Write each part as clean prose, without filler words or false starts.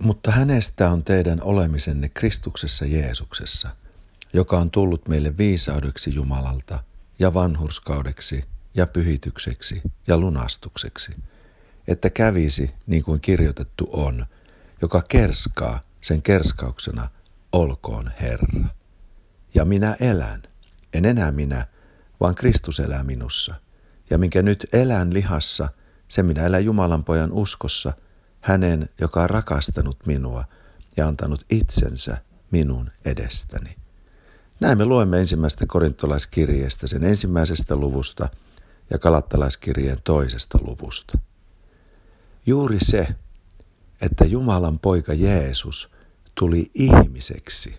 Mutta hänestä on teidän olemisenne Kristuksessa Jeesuksessa, joka on tullut meille viisaudeksi Jumalalta ja vanhurskaudeksi ja pyhitykseksi ja lunastukseksi, että kävisi niin kuin kirjoitettu on, joka kerskaa sen kerskauksena, olkoon Herra. Ja minä elän, en enää minä, vaan Kristus elää minussa, ja minkä nyt elän lihassa, se minä elän Jumalan pojan uskossa, hänen, joka on rakastanut minua ja antanut itsensä minun edestäni. Näin me luemme ensimmäistä korintolaiskirjeestä, sen 1. luvusta ja Galattalaiskirjeen 2. luvusta. Juuri se, että Jumalan poika Jeesus tuli ihmiseksi,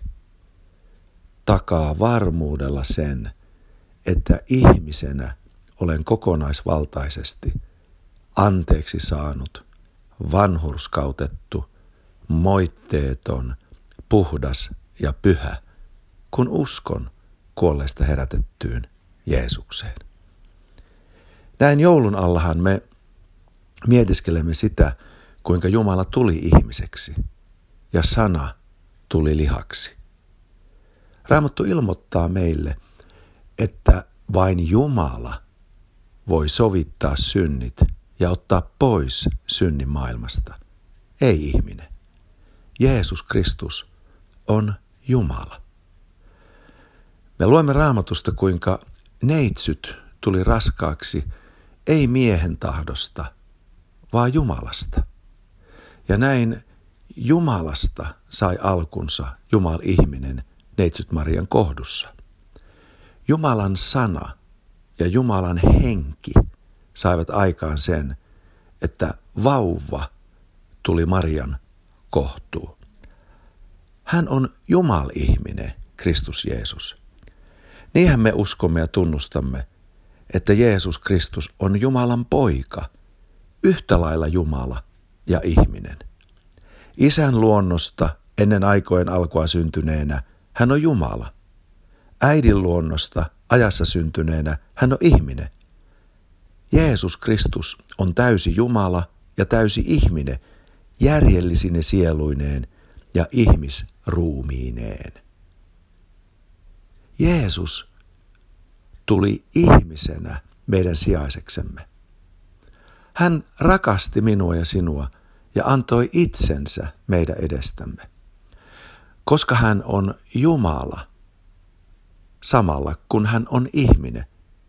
takaa varmuudella sen, että ihmisenä olen kokonaisvaltaisesti anteeksi saanut, vanhurskautettu, moitteeton, puhdas ja pyhä, kun uskon kuolleesta herätettyyn Jeesukseen. Näin joulun allahan me mietiskelemme sitä, kuinka Jumala tuli ihmiseksi ja sana tuli lihaksi. Raamattu ilmoittaa meille, että vain Jumala voi sovittaa synnit ja ottaa pois synnin maailmasta, ei ihminen. Jeesus Kristus on Jumala. Me luemme Raamatusta, kuinka neitsyt tuli raskaaksi ei miehen tahdosta, vaan Jumalasta. Ja näin Jumalasta sai alkunsa Jumal-ihminen neitsyt Marian kohdussa. Jumalan sana ja Jumalan henki saivat aikaan sen, että vauva tuli Marian kohtuun. Hän on Jumal-ihminen, Kristus Jeesus. Niinhän me uskomme ja tunnustamme, että Jeesus Kristus on Jumalan poika, yhtä lailla Jumala ja ihminen. Isän luonnosta ennen aikojen alkua syntyneenä hän on Jumala. Äidin luonnosta ajassa syntyneenä hän on ihminen. Jeesus Kristus on täysi Jumala ja täysi ihminen, järjellisine sieluineen ja ihmisruumiineen. Jeesus tuli ihmisenä meidän sijaiseksemme. Hän rakasti minua ja sinua ja antoi itsensä meidän edestämme. Koska hän on Jumala, samalla kun hän on ihminen.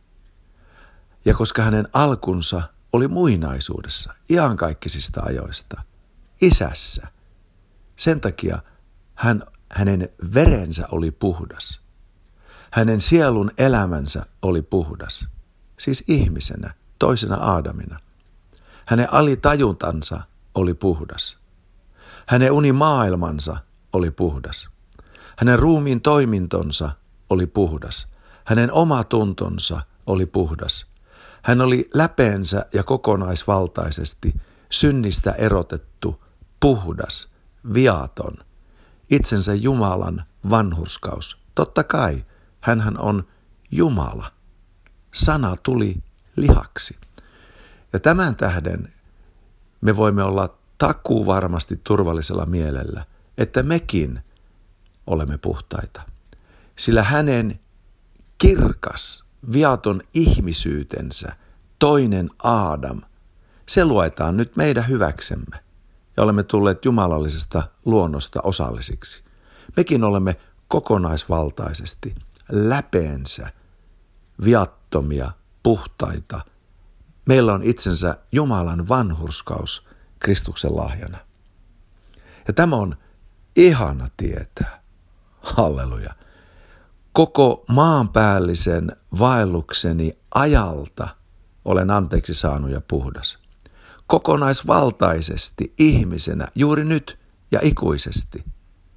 Ja koska hänen alkunsa oli muinaisuudessa, iankaikkisista ajoista, isässä, sen takia hänen verensä oli puhdas. Hänen sielun elämänsä oli puhdas, siis ihmisenä, toisena Aadamina. Hänen alitajuntansa oli puhdas. Hänen unimaailmansa oli puhdas. Hänen ruumiin toimintonsa oli puhdas. Hänen omatuntonsa oli puhdas. Hän oli läpeensä ja kokonaisvaltaisesti synnistä erotettu, puhdas, viaton, itsensä Jumalan vanhurskaus. Totta kai, hänhän on Jumala. Sana tuli lihaksi. Ja tämän tähden me voimme olla takuuvarmasti turvallisella mielellä, että mekin olemme puhtaita. Sillä hänen kirkas, viaton ihmisyytensä, toinen Aadam, se luetaan nyt meidän hyväksemme ja olemme tulleet jumalallisesta luonnosta osallisiksi. Mekin olemme kokonaisvaltaisesti läpeensä viattomia, puhtaita. Meillä on itsensä Jumalan vanhurskaus Kristuksen lahjana. Ja tämä on ihana tietää. Halleluja. Koko maanpäällisen vaellukseni ajalta olen anteeksi saanut ja puhdas. Kokonaisvaltaisesti ihmisenä juuri nyt ja ikuisesti.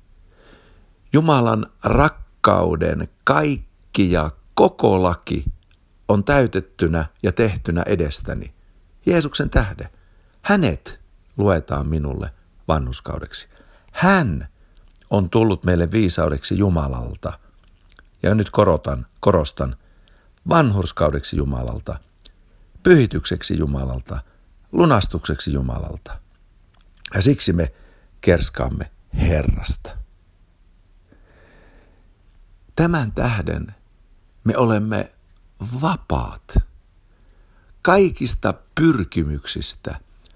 Jumalan rakkauden kaikki ja koko laki on täytettynä ja tehtynä edestäni. Jeesuksen tähden. Hänet luetaan minulle vanhurskaudeksi. Hän on tullut meille viisaudeksi Jumalalta. Ja nyt korostan, vanhurskaudeksi Jumalalta, pyhitykseksi Jumalalta, lunastukseksi Jumalalta. Ja siksi me kerskaamme Herrasta. Tämän tähden me olemme vapaat kaikista pyrkimyksistä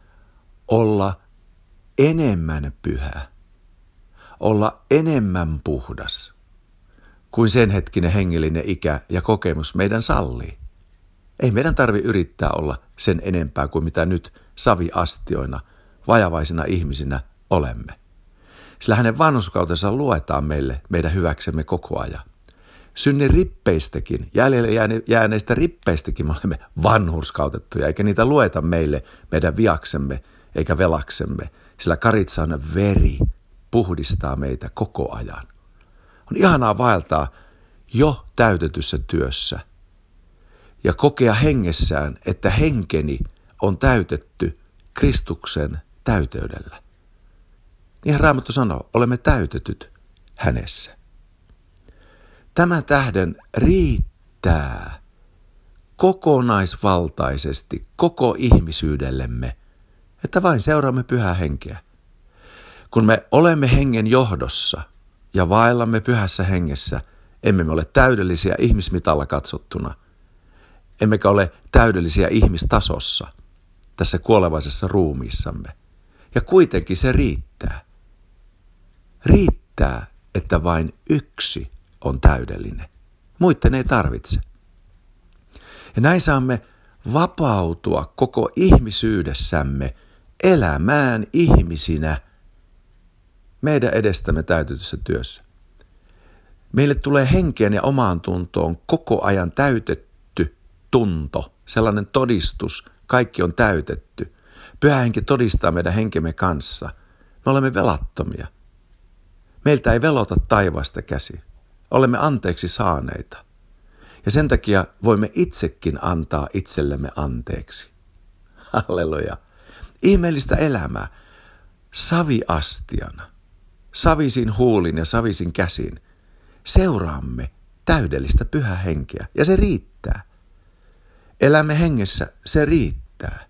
olla enemmän pyhä, olla enemmän puhdas kuin sen hetkinen hengellinen ikä ja kokemus meidän sallii. Ei meidän tarvitse yrittää olla sen enempää kuin mitä nyt saviastioina, vajavaisina ihmisinä olemme. Sillä hänen vanhurskautensa luetaan meidän hyväksemme koko ajan. Synnin rippeistäkin, jäljelle jääneistä rippeistäkin me olemme vanhurskautettuja, eikä niitä lueta meille meidän viaksemme eikä velaksemme, sillä karitsan veri puhdistaa meitä koko ajan. On ihanaa vaeltaa jo täytetyssä työssä ja kokea hengessään, että henkeni on täytetty Kristuksen täyteydellä. Niin Raamattu sanoo, olemme täytetyt hänessä. Tämän tähden riittää kokonaisvaltaisesti koko ihmisyydellemme, että vain seuraamme pyhää henkeä. Kun me olemme hengen johdossa ja vaellamme pyhässä hengessä, emme me ole täydellisiä ihmismitalla katsottuna, emmekä ole täydellisiä ihmistasossa tässä kuolevaisessa ruumiissamme. Ja kuitenkin se riittää. Riittää, että vain yksi on täydellinen. Muitten ei tarvitse. Ja näin saamme vapautua koko ihmisyydessämme elämään ihmisinä meidän edestämme täytetyssä työssä. Meille tulee henkeen ja omaan tuntoon koko ajan täytetty tunto, sellainen todistus, kaikki on täytetty. Pyhä henki todistaa meidän henkemme kanssa. Me olemme velattomia. Meiltä ei velota taivaasta käsi. Olemme anteeksi saaneita. Ja sen takia voimme itsekin antaa itsellemme anteeksi. Halleluja. Ihmeellistä elämää. Saviastiana, savisin huulin ja savisin käsin seuraamme täydellistä pyhää henkeä. Ja se riittää. Elämme hengessä, se riittää.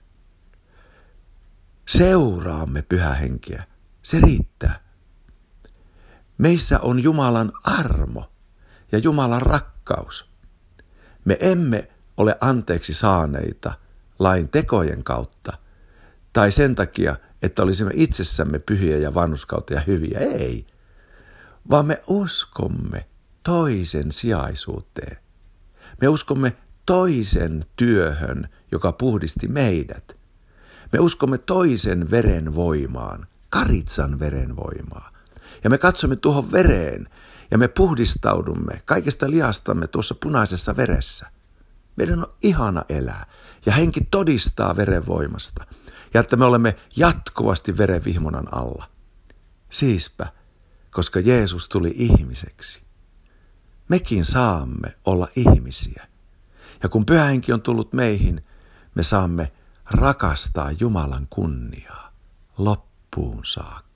Seuraamme pyhää henkeä, se riittää. Meissä on Jumalan armo ja Jumalan rakkaus. Me emme ole anteeksi saaneita lain tekojen kautta tai sen takia, että olisimme itsessämme pyhiä ja vanhurskaita ja hyviä. Ei, vaan me uskomme toisen sijaisuuteen. Me uskomme toisen työhön, joka puhdisti meidät. Me uskomme toisen veren voimaan, karitsan veren voimaan. Ja me katsomme tuohon vereen ja me puhdistaudumme kaikesta lihastamme tuossa punaisessa veressä. Meidän on ihana elää ja henki todistaa veren voimasta ja että me olemme jatkuvasti verenvihmonan alla. Siispä, koska Jeesus tuli ihmiseksi, mekin saamme olla ihmisiä. Ja kun Pyhä Henki on tullut meihin, me saamme rakastaa Jumalan kunniaa loppuun saakka.